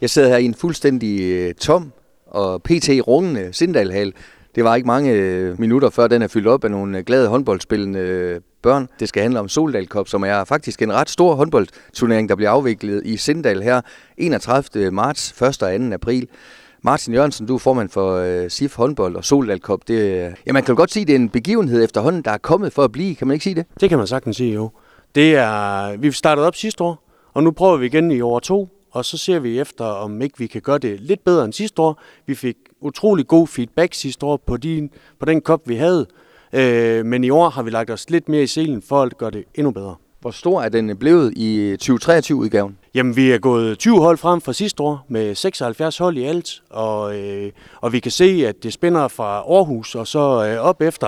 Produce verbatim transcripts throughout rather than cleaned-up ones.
Jeg sidder her i en fuldstændig øh, tom og pt. Rungende Sindalhal. Det var ikke mange øh, minutter før den er fyldt op af nogle øh, glade håndboldspillende øh, børn. Det skal handle om Soldal Cup, som er faktisk en ret stor håndboldturnering, der bliver afviklet i Sindal her enogtredivte marts, første og anden april. Martin Jørgensen, du er formand for øh, S I F håndbold og Soldal Cup. Det, ja, man kan jo godt sige, det er en begivenhed efterhånden, der er kommet for at blive. Kan man ikke sige det? Det kan man sagtens sige, jo. Det er, vi startede op sidste år, og nu prøver vi igen i år to, og så ser vi efter, om ikke vi kan gøre det lidt bedre end sidste år. Vi fik utrolig god feedback sidste år på, din, på den cup, vi havde, øh, men i år har vi lagt os lidt mere i selen for at gøre det endnu bedre. Hvor stor er den blevet i tyve treogtyve-udgaven? Jamen, vi er gået tyve hold frem fra sidste år med seksoghalvfjerds hold i alt, og, øh, og vi kan se, at det spænder fra Aarhus og så øh, op efter,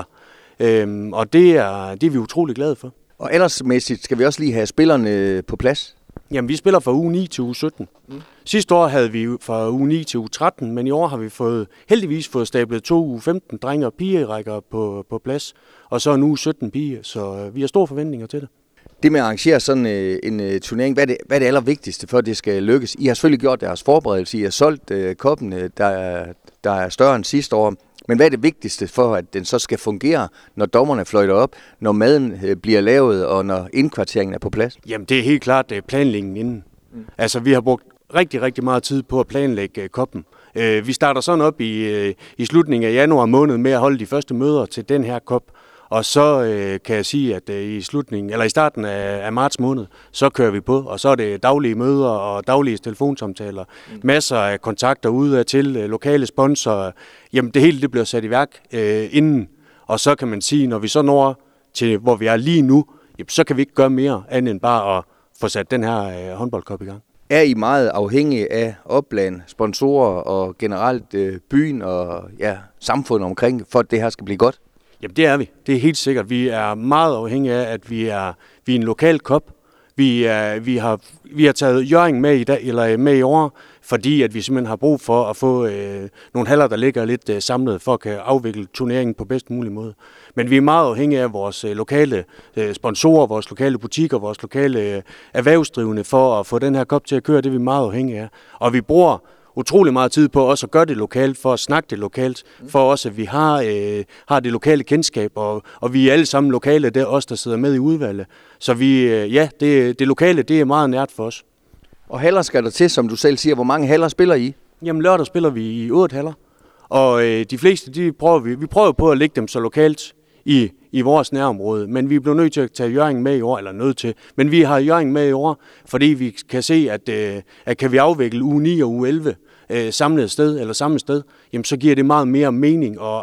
øh, og det er, det er vi utrolig glade for. Og aldersmæssigt skal vi også lige have spillerne på plads? Jamen, vi spiller fra uge ni til uge sytten. Mm. Sidste år havde vi fra uge ni til uge tretten, men i år har vi fået, heldigvis fået stablet to uge femten drenge og pigerækker på, på plads, og så en uge sytten pige, så vi har store forventninger til det. Det med at arrangere sådan øh, en øh, turnering, hvad er, det, hvad er det allervigtigste for, at det skal lykkes? I har selvfølgelig gjort deres forberedelse, I har solgt øh, koppen, øh, der, er, der er større end sidste år. Men hvad er det vigtigste for, at den så skal fungere, når dommerne fløjter op, når maden øh, bliver lavet, og når indkvarteringen er på plads? Jamen, det er helt klart øh, planlægningen inden. Mm. Altså, vi har brugt rigtig, rigtig meget tid på at planlægge øh, koppen. Øh, vi starter sådan op i, øh, i slutningen af januar måned med at holde de første møder til den her kop. Og så øh, kan jeg sige, at øh, i slutningen eller i starten af, af marts måned, så kører vi på, og så er det daglige møder og daglige telefonsamtaler, mm. masser af kontakter ud til øh, lokale sponsorer. Jamen det hele det bliver sat i værk øh, inden, og så kan man sige, når vi så når til hvor vi er lige nu, jamen, så kan vi ikke gøre mere andet end bare at få sat den her øh, håndboldkop i gang. Er I meget afhængige af opland, sponsorer og generelt øh, byen og ja, samfundet omkring, for at det her skal blive godt? Jamen det er vi. Det er helt sikkert. Vi er meget afhængige af, at vi er, vi er en lokal cup. Vi, er, vi, har, vi har taget Hjørring med i, dag, eller med i år, fordi at vi simpelthen har brug for at få øh, nogle haller, der ligger lidt øh, samlet, for at kan afvikle turneringen på bedst mulig måde. Men vi er meget afhængige af vores øh, lokale øh, sponsorer, vores lokale butikker, vores lokale øh, erhvervsdrivende for at få den her cup til at køre. Det er vi meget afhængige af. Og vi bruger utrolig meget tid på også at gøre det lokalt, for at snakke det lokalt, for også at vi har, øh, har det lokale kendskab, og, og vi er alle sammen lokale, det er os, der sidder med i udvalget. Så vi, øh, ja, det, det lokale, det er meget nært for os. Og haller skal der til, som du selv siger. Hvor mange haller spiller I? Jamen lørdag spiller vi i otte haller, og øh, de fleste, de prøver vi, vi prøver på at lægge dem så lokalt i, i vores nærområde, men vi er blevet nødt til at tage Hjørring med i år, eller nødt til, men vi har Hjørring med i år, fordi vi kan se, at, øh, at kan vi afvikle uge ni og uge elleve øh, samlet sted, eller samme sted, jamen så giver det meget mere mening og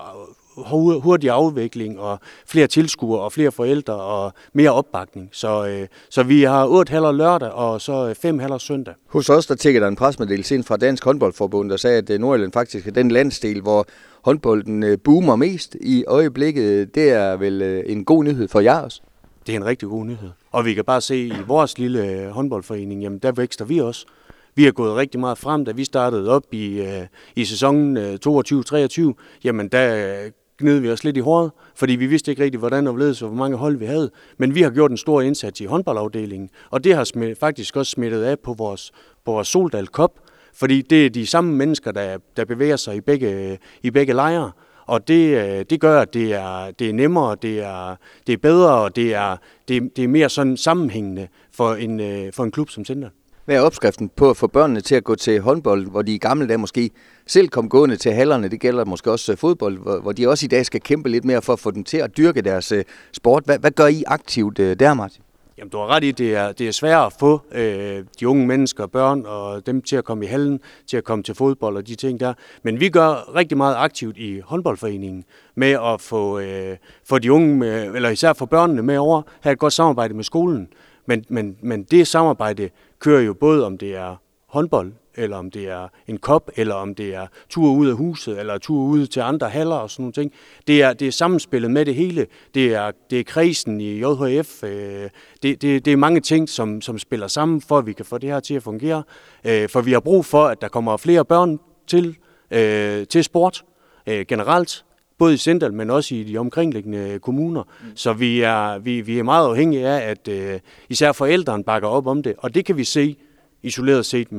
hurtig afvikling og flere tilskuere og flere forældre og mere opbakning. Så, øh, så vi har otte haller lørdag og så fem haller søndag. Hos os der tækker der en pressemeddelelse ind fra Dansk Håndboldforbund, der sagde, at Nordjylland faktisk er den landsdel, hvor håndbolden boomer mest i øjeblikket. Det er vel en god nyhed for jer også? Det er en rigtig god nyhed. Og vi kan bare se i vores lille håndboldforening, jamen der vækster vi også. Vi har gået rigtig meget frem, da vi startede op i, i sæsonen toogtyve treogtyve. Jamen der gned vi os lidt i håret, fordi vi vidste ikke rigtig, hvordan og hvorledes og hvor mange hold vi havde. Men vi har gjort en stor indsats i håndboldafdelingen, og det har smidt, faktisk også smittet af på vores, på vores Soldal Cup, fordi det er de samme mennesker, der, der bevæger sig i begge, i begge lejre. Og det, det gør, at det er, det er nemmere, det er, det er bedre, og det er, det, det er mere sådan sammenhængende for en, for en klub som Sindal. Hvad er opskriften på at få børnene til at gå til håndbold, hvor de i gamle dage måske selv kom gående til hallerne? Det gælder måske også fodbold, hvor de også i dag skal kæmpe lidt mere for at få dem til at dyrke deres sport. Hvad, hvad gør I aktivt der, Martin? Jamen, du har ret i, det er, det er svært at få øh, de unge mennesker, børn og dem til at komme i hallen, til at komme til fodbold og de ting der. Men vi gør rigtig meget aktivt i håndboldforeningen med at få, øh, få de unge, med, eller især for børnene med over, have et godt samarbejde med skolen. Men, men, men det samarbejde kører jo både om det er håndbold, eller om det er en kop, eller om det er tur ud af huset, eller tur ud til andre haller og sådan nogle ting. Det er, det er sammenspillet med det hele. Det er, det er kredsen i J H F. Øh, det, det, det er mange ting, som, som spiller sammen, for at vi kan få det her til at fungere. Øh, for vi har brug for, at der kommer flere børn til, øh, til sport øh, generelt. Både i Sindal, men også i de omkringliggende kommuner. Mm. Så vi er, vi, vi er meget afhængige af, at øh, især forældrene bakker op om det. Og det kan vi se isoleret set med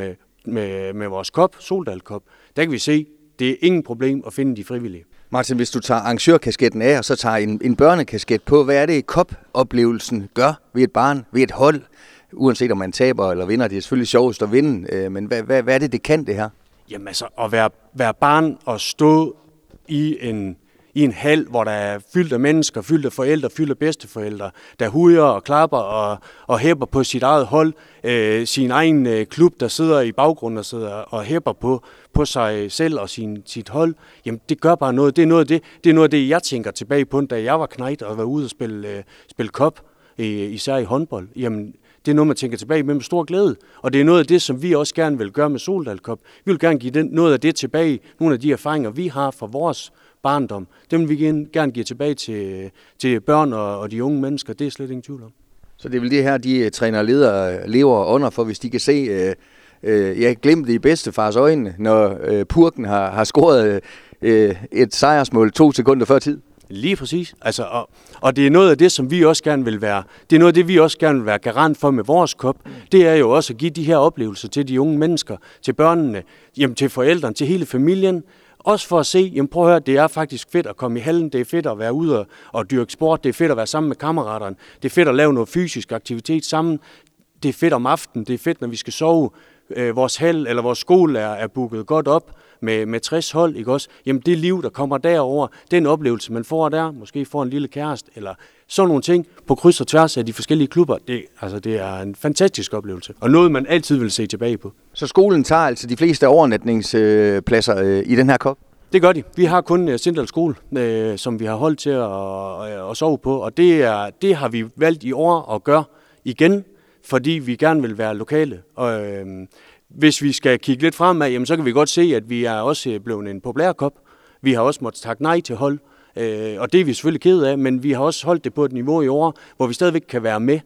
med, med vores kop, Soldal Cup, der kan vi se, det er ingen problem at finde de frivillige. Martin, hvis du tager arrangørkasketten af, og så tager en, en børnekasket på, hvad er det, cup-oplevelsen gør ved et barn, ved et hold? Uanset om man taber eller vinder, det er selvfølgelig sjovest at vinde, øh, men hvad, hvad, hvad er det, det kan det her? Jamen altså, at være, være barn og stå i en, i en hal, hvor der er fyldt af mennesker, fyldt af forældre, fyldt af bedsteforældre, der hujer og klapper og, og hæpper på sit eget hold, øh, sin egen øh, klub, der sidder i baggrunden og sidder og hæpper på, på sig selv og sin, sit hold, jamen det gør bare noget. Det er noget af det, det, er noget af det jeg tænker tilbage på, da jeg var knejt og var ude og spille, øh, spille cup, øh, især i håndbold. Jamen, det er noget, man tænker tilbage med med stor glæde. Og det er noget af det, som vi også gerne vil gøre med Soldal Cup. Vi vil gerne give den, noget af det tilbage, nogle af de erfaringer, vi har fra vores barndom. Dem vil vi gerne give tilbage til, til børn og, og de unge mennesker. Det er slet ingen tvivl om. Så det er vel det her, de træner og ledere lever under for, hvis de kan se, øh, øh, jeg glemte i bedstefars øjne, når øh, Purken har, har scoret øh, et sejrsmål to sekunder før tid. Lige præcis. Altså, og, og det er noget af det, som vi også gerne vil være. Det er noget af det, vi også gerne vil være garant for med vores cup. Det er jo også at give de her oplevelser til de unge mennesker, til børnene, jamen, til forældrene, til hele familien. Også for at se, jamen prøv at høre, det er faktisk fedt at komme i hallen, det er fedt at være ude og, og dyrke sport, det er fedt at være sammen med kammeraterne, det er fedt at lave noget fysisk aktivitet sammen, det er fedt om aftenen, det er fedt, når vi skal sove. Øh, vores hal eller vores skole er, er booket godt op med, med tres hold, ikke også? Jamen det liv, der kommer derover, den oplevelse, man får der, måske får en lille kæreste, eller sådan nogle ting på kryds og tværs af de forskellige klubber, det, altså, det er en fantastisk oplevelse, og noget, man altid vil se tilbage på. Så skolen tager altså de fleste overnatningspladser øh, i den her cup? Det gør de. Vi har kun uh, Sindal Skole, øh, som vi har holdt til at, at, at sove på, og det, er, det har vi valgt i år at gøre igen, fordi vi gerne vil være lokale. Og, øh, hvis vi skal kigge lidt fremad, jamen, så kan vi godt se, at vi er også blevet en populær cup. Vi har også måttet takke nej til hold, øh, og det er vi selvfølgelig ked af, men vi har også holdt det på et niveau i år, hvor vi stadigvæk kan være med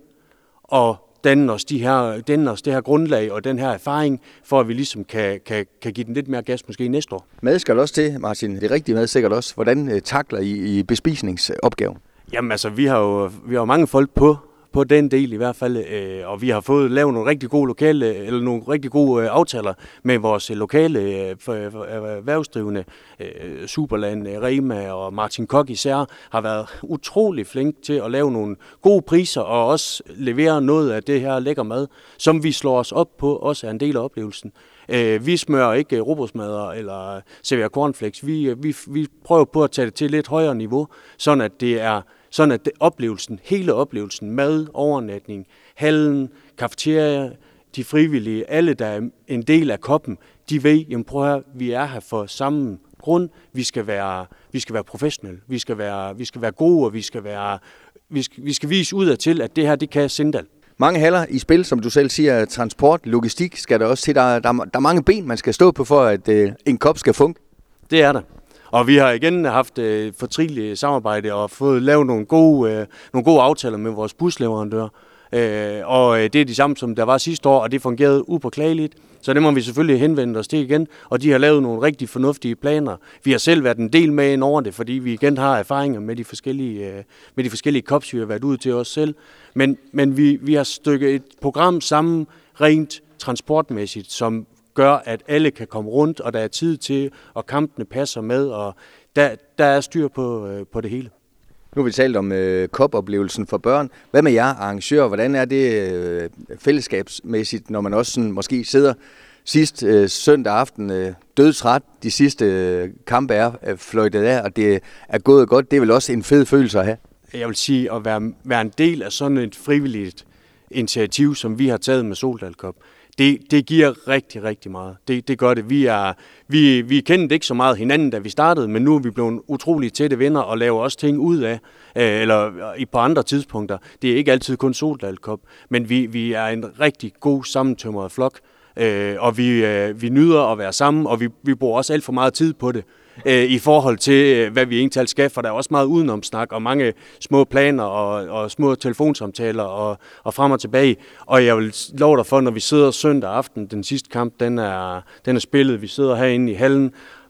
og danne os, de her, danne os det her grundlag og den her erfaring, for at vi ligesom kan, kan, kan give den lidt mere gas måske næste år. Mad skal også til, Martin. Det er rigtigt mad sikkert også. Hvordan øh, takler I, I bespisningsopgaven? Jamen altså, vi har jo vi har jo mange folk på, på den del i hvert fald, øh, og vi har fået lavet nogle rigtig gode lokale, eller nogle rigtig gode øh, aftaler med vores lokale øh, for, for, erhvervsdrivende, øh, Superland, øh, Rema og Martin Koch især, har været utrolig flink til at lave nogle gode priser, og også levere noget af det her lækker mad, som vi slår os op på, også er en del af oplevelsen. Øh, vi smører ikke robotsmadder eller serverer cornflakes, vi, vi, vi prøver på at tage det til et lidt højere niveau, sådan at det er Sådan at det, oplevelsen, hele oplevelsen, mad, overnatning, hallen, cafeteria, de frivillige, alle der er en del af koppen, de ved, jamen prøv at høre, vi er her for samme grund, vi skal være, vi skal være professionelle, vi skal være, vi skal være gode, og vi skal, være, vi skal, vi skal vise ud af til, at det her, det kan Sindal. Mange haller i spil, som du selv siger, transport, logistik skal der også til. Der, der, der er mange ben, man skal stå på, for at øh, en kop skal funke. Det er der. Og vi har igen haft øh, fortrinligt samarbejde og fået lavet nogle gode, øh, nogle gode aftaler med vores busleverandør. Øh, og det er de samme, som der var sidste år, og det fungerede upåklageligt. Så det må vi selvfølgelig henvende os til igen. Og de har lavet nogle rigtig fornuftige planer. Vi har selv været en del med ind over det, fordi vi igen har erfaringer med de forskellige, øh, med de forskellige cups, vi har været ude til os selv. Men, men vi, vi har stykket et program sammen rent transportmæssigt, som gør, at alle kan komme rundt, og der er tid til, og kampene passer med, og der, der er styr på, øh, på det hele. Nu har vi talt om øh, cup-oplevelsen for børn. Hvad med jer arrangører? Hvordan er det øh, fællesskabsmæssigt, når man også sådan, måske sidder sidst øh, søndag aften øh, dødtræt, de sidste øh, kampe er øh, fløjtet af, og det er gået godt. Det er vel også en fed følelse at have? Jeg vil sige, at være, være en del af sådan et frivilligt initiativ, som vi har taget med Soldal Cup, Det, det giver rigtig, rigtig meget. Det, det gør det. Vi, er, vi, vi kendte ikke så meget hinanden, da vi startede, men nu er vi blevet utroligt tætte venner og laver også ting ud af, øh, eller på andre tidspunkter. Det er ikke altid kun Soldal Cup, men vi, vi er en rigtig god sammentømret flok, øh, og vi, øh, vi nyder at være sammen, og vi, vi bruger også alt for meget tid på det. I forhold til, hvad vi egentlig skal, for der er også meget udenomsnak og mange små planer og, og små telefonsamtaler og, og frem og tilbage. Og jeg vil love dig for, når vi sidder søndag aften, den sidste kamp, den er, den er spillet, vi sidder herinde i hallen,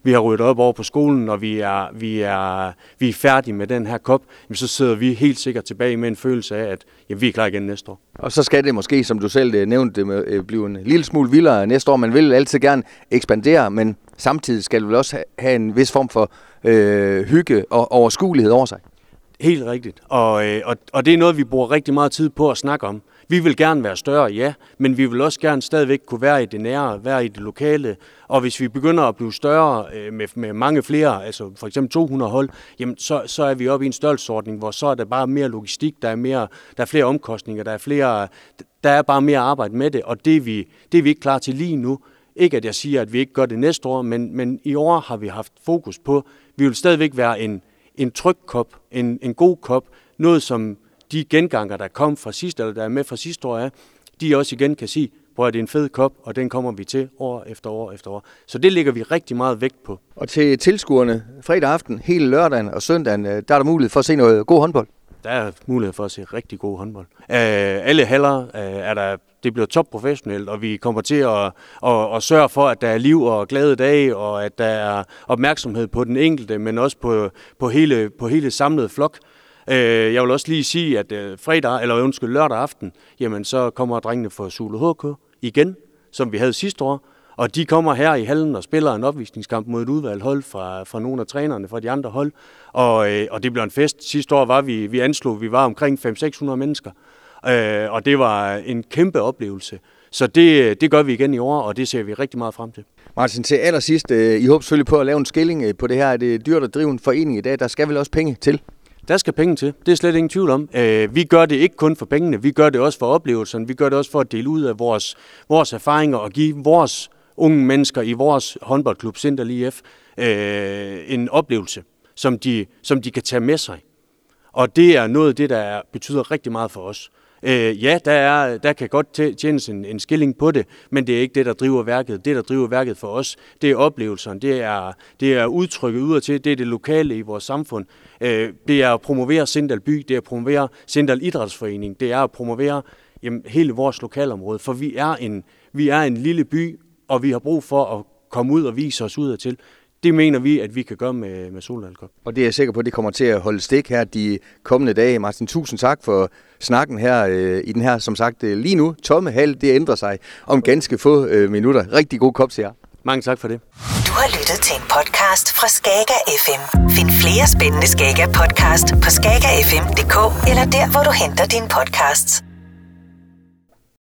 vi har ryddet op over på skolen, og vi er, vi er, vi er færdige med den her kop, jamen, så sidder vi helt sikkert tilbage med en følelse af, at jamen, vi er klar igen næste år. Og så skal det måske, som du selv nævnte, blive en lille smule vildere næste år. Man vil altid gerne ekspandere, men samtidig skal du vel også have en vis form for øh, hygge og overskuelighed over sig. Helt rigtigt, og, øh, og, og det er noget, vi bruger rigtig meget tid på at snakke om. Vi vil gerne være større, ja, men vi vil også gerne stadigvæk kunne være i det nære, være i det lokale. Og hvis vi begynder at blive større øh, med, med mange flere, altså for eksempel to hundrede hold, jamen så, så er vi oppe i en størrelsesordning, hvor så er der bare mere logistik, der er, mere, der er flere omkostninger, der er, flere, der er bare mere arbejde med det, og det er, vi, det er vi ikke klar til lige nu. Ikke at jeg siger, at vi ikke gør det næste år, men, men i år har vi haft fokus på, vi vil stadigvæk være en, en tryg kop, en, en god kop, noget som de genganger, der kom fra sidste, eller der er med fra sidste år, er, de også igen kan sige, hvor det er en fed kop, og den kommer vi til år efter år efter år. Så det lægger vi rigtig meget vægt på. Og til tilskuerne fredag aften, hele lørdagen og søndagen, der er der mulighed for at se noget god håndbold? Der er mulighed for at se rigtig god håndbold. Uh, alle haller uh, er der, det bliver topprofessionelt, og vi kommer til at, at, at sørge for, at der er liv og glade dage, og at der er opmærksomhed på den enkelte, men også på, på hele, på hele samlet flok. Jeg vil også lige sige, at fredag, eller undskyld, lørdag aften, jamen så kommer drengene fra Zulu H K igen, som vi havde sidste år. Og de kommer her i hallen og spiller en opvisningskamp mod et udvalgt hold fra, fra nogle af trænerne fra de andre hold. Og, og det blev en fest. Sidste år var vi, vi anslog, vi var omkring fem til seks hundrede mennesker. Og det var en kæmpe oplevelse. Så det, det gør vi igen i år, og det ser vi rigtig meget frem til. Martin, til allersidst, I håber selvfølgelig på at lave en skilling på det her. Er det dyrt at drive en forening i dag? Der skal vel også penge til? Der skal penge til. Det er slet ingen tvivl om. Vi gør det ikke kun for pengene, vi gør det også for oplevelsen. Vi gør det også for at dele ud af vores, vores erfaringer og give vores unge mennesker i vores håndboldklub Sindal I F øh, en oplevelse, som de, som de kan tage med sig. Og det er noget af det, der betyder rigtig meget for os. Øh, ja, der, er, der kan godt tjenes en, en skilling på det, men det er ikke det, der driver værket. Det, der driver værket for os, det er oplevelsen, det er, det er udtrykket udadtil, det er det lokale i vores samfund. Øh, det er at promovere Sindal by, det er at promovere Sindal Idrætsforening, det er at promovere jamen, hele vores lokalområde, for vi er, en, vi er en lille by, og vi har brug for at komme ud og vise os udadtil. Det mener vi, at vi kan gøre med, med Soldal Cup. Og det er jeg sikker på, at det kommer til at holde stik her de kommende dage. Martin, tusind tak for snakken her øh, i den her, som sagt, øh, lige nu. Tomme hal, det ændrer sig om ganske få øh, minutter. Rigtig god kop til jer. Mange tak for det. Du har lyttet til en podcast fra Skager F M. Find flere spændende Skager podcast på skager f m punktum d k eller der, hvor du henter dine podcasts.